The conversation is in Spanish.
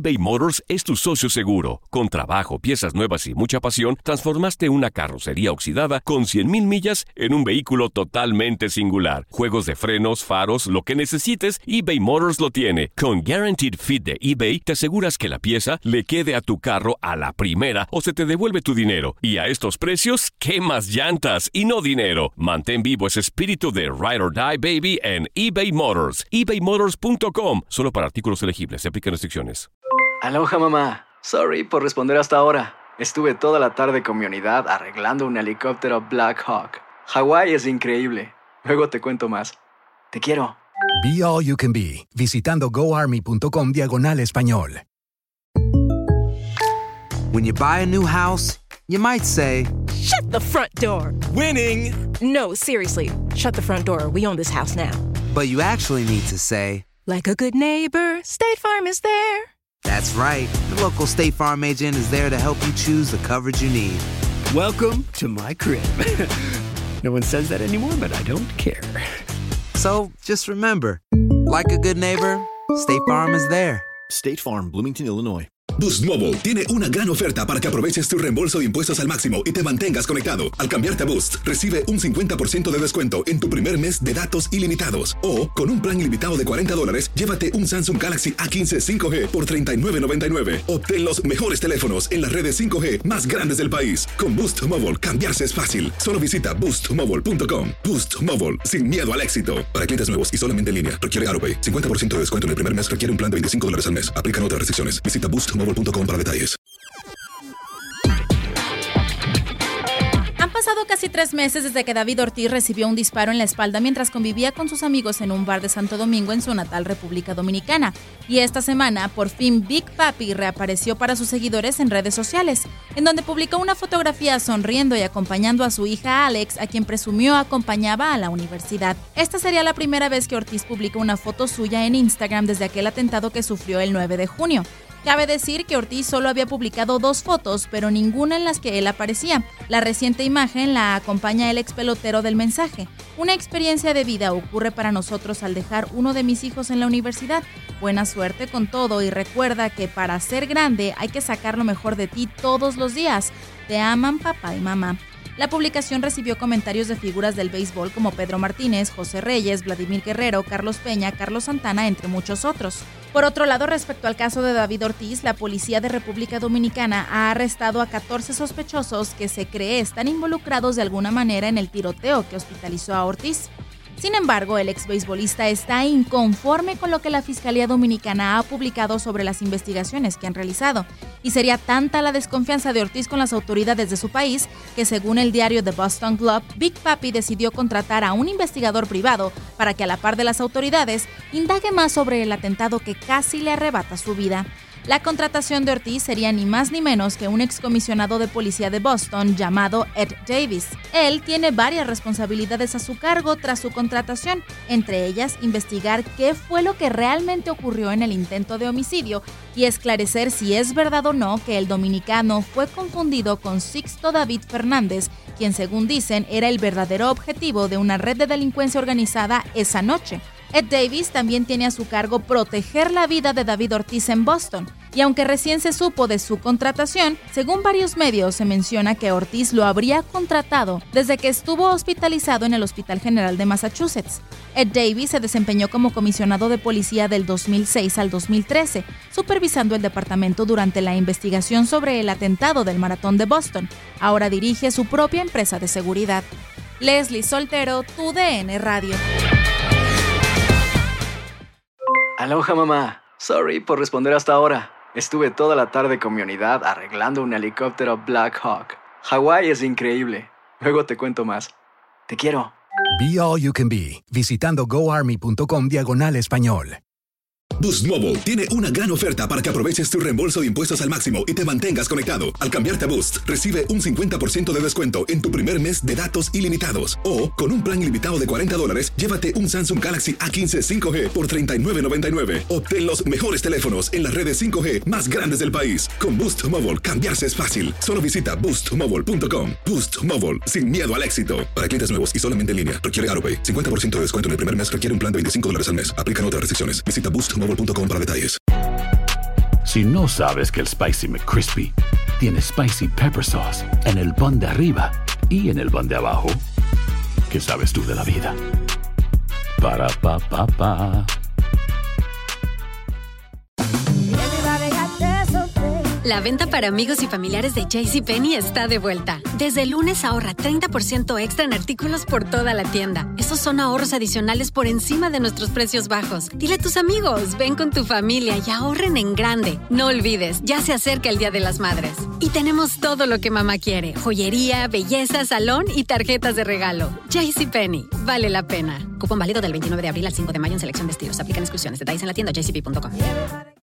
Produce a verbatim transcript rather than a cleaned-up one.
eBay Motors es tu socio seguro. Con trabajo, piezas nuevas y mucha pasión, transformaste una carrocería oxidada con cien mil millas en un vehículo totalmente singular. Juegos de frenos, faros, lo que necesites, eBay Motors lo tiene. Con Guaranteed Fit de eBay, te aseguras que la pieza le quede a tu carro a la primera o se te devuelve tu dinero. Y a estos precios, ¿qué más llantas y no dinero? Mantén vivo ese espíritu de Ride or Die, baby, en eBay Motors. ebay motors punto com. Solo para artículos elegibles. Se aplican restricciones. Aloha, mamá. Sorry por responder hasta ahora. Estuve toda la tarde con mi unidad arreglando un helicóptero Black Hawk. Hawái es increíble. Luego te cuento más. Te quiero. Be All You Can Be, visitando goarmy.com diagonal español. When you buy a new house, you might say, "Shut the front door!" Winning! No, seriously. Shut the front door. We own this house now. But you actually need to say, like a good neighbor, State Farm is there. That's right. The local State Farm agent is there to help you choose the coverage you need. Welcome to my crib. No one says that anymore, but I don't care. So, just remember, like a good neighbor, State Farm is there. State Farm, Bloomington, Illinois. Boost Mobile tiene una gran oferta para que aproveches tu reembolso de impuestos al máximo y te mantengas conectado. Al cambiarte a Boost, recibe un cincuenta por ciento de descuento en tu primer mes de datos ilimitados. O, con un plan ilimitado de cuarenta dólares, llévate un Samsung Galaxy A quince cinco G por treinta y nueve noventa y nueve. Obtén los mejores teléfonos en las redes cinco G más grandes del país. Con Boost Mobile, cambiarse es fácil. Solo visita boost mobile punto com. Boost Mobile, sin miedo al éxito. Para clientes nuevos y solamente en línea, requiere AutoPay. cincuenta por ciento de descuento en el primer mes requiere un plan de veinticinco dólares al mes. Aplican otras restricciones. Visita boost mobile punto com para detalles. Han pasado casi tres meses desde que David Ortiz recibió un disparo en la espalda mientras convivía con sus amigos en un bar de Santo Domingo en su natal República Dominicana. Y esta semana, por fin, Big Papi reapareció para sus seguidores en redes sociales, en donde publicó una fotografía sonriendo y acompañando a su hija Alex, a quien presumió acompañaba a la universidad. Esta sería la primera vez que Ortiz publica una foto suya en Instagram desde aquel atentado que sufrió el nueve de junio. Cabe decir que Ortiz solo había publicado dos fotos, pero ninguna en las que él aparecía. La reciente imagen la acompaña el ex pelotero del mensaje. Una experiencia de vida ocurre para nosotros al dejar uno de mis hijos en la universidad. Buena suerte con todo y recuerda que para ser grande hay que sacar lo mejor de ti todos los días. Te aman papá y mamá. La publicación recibió comentarios de figuras del béisbol como Pedro Martínez, José Reyes, Vladimir Guerrero, Carlos Peña, Carlos Santana, entre muchos otros. Por otro lado, respecto al caso de David Ortiz, la policía de República Dominicana ha arrestado a catorce sospechosos que se cree están involucrados de alguna manera en el tiroteo que hospitalizó a Ortiz. Sin embargo, el ex beisbolista está inconforme con lo que la Fiscalía Dominicana ha publicado sobre las investigaciones que han realizado. Y sería tanta la desconfianza de Ortiz con las autoridades de su país que, según el diario The Boston Globe, Big Papi decidió contratar a un investigador privado para que, a la par de las autoridades, indague más sobre el atentado que casi le arrebata su vida. La contratación de Ortiz sería ni más ni menos que un excomisionado de policía de Boston llamado Ed Davis. Él tiene varias responsabilidades a su cargo tras su contratación, entre ellas investigar qué fue lo que realmente ocurrió en el intento de homicidio y esclarecer si es verdad o no que el dominicano fue confundido con Sixto David Fernández, quien, según dicen, era el verdadero objetivo de una red de delincuencia organizada esa noche. Ed Davis también tiene a su cargo proteger la vida de David Ortiz en Boston, y aunque recién se supo de su contratación, según varios medios se menciona que Ortiz lo habría contratado desde que estuvo hospitalizado en el Hospital General de Massachusetts. Ed Davis se desempeñó como comisionado de policía del dos mil seis al dos mil trece, supervisando el departamento durante la investigación sobre el atentado del Maratón de Boston. Ahora dirige su propia empresa de seguridad. Leslie Soltero, tu D N Radio. Aloha, mamá. Sorry por responder hasta ahora. Estuve toda la tarde con mi unidad arreglando un helicóptero Black Hawk. Hawái es increíble. Luego te cuento más. Te quiero. Be All You Can Be, visitando goarmy.com diagonal español. Boost Mobile tiene una gran oferta para que aproveches tu reembolso de impuestos al máximo y te mantengas conectado. Al cambiarte a Boost, recibe un cincuenta por ciento de descuento en tu primer mes de datos ilimitados. O, con un plan ilimitado de cuarenta dólares, llévate un Samsung Galaxy A quince cinco G por treinta y nueve noventa y nueve. Obtén los mejores teléfonos en las redes cinco G más grandes del país. Con Boost Mobile, cambiarse es fácil. Solo visita boost mobile punto com. Boost Mobile, sin miedo al éxito. Para clientes nuevos y solamente en línea, requiere AutoPay. cincuenta por ciento de descuento en el primer mes requiere un plan de veinticinco dólares al mes. Aplican otras restricciones. Visita boost mobile punto com para detalles. Si no sabes que el Spicy McCrispy tiene Spicy Pepper Sauce en el pan de arriba y en el pan de abajo, ¿qué sabes tú de la vida? Para, pa, pa, pa. La venta para amigos y familiares de JCPenney está de vuelta. Desde el lunes ahorra treinta por ciento extra en artículos por toda la tienda. Esos son ahorros adicionales por encima de nuestros precios bajos. Dile a tus amigos, ven con tu familia y ahorren en grande. No olvides, ya se acerca el Día de las Madres. Y tenemos todo lo que mamá quiere. Joyería, belleza, salón y tarjetas de regalo. JCPenney, vale la pena. Cupón válido del veintinueve de abril al cinco de mayo en selección de estilos. Aplican exclusiones. Detalles en la tienda j c p punto com.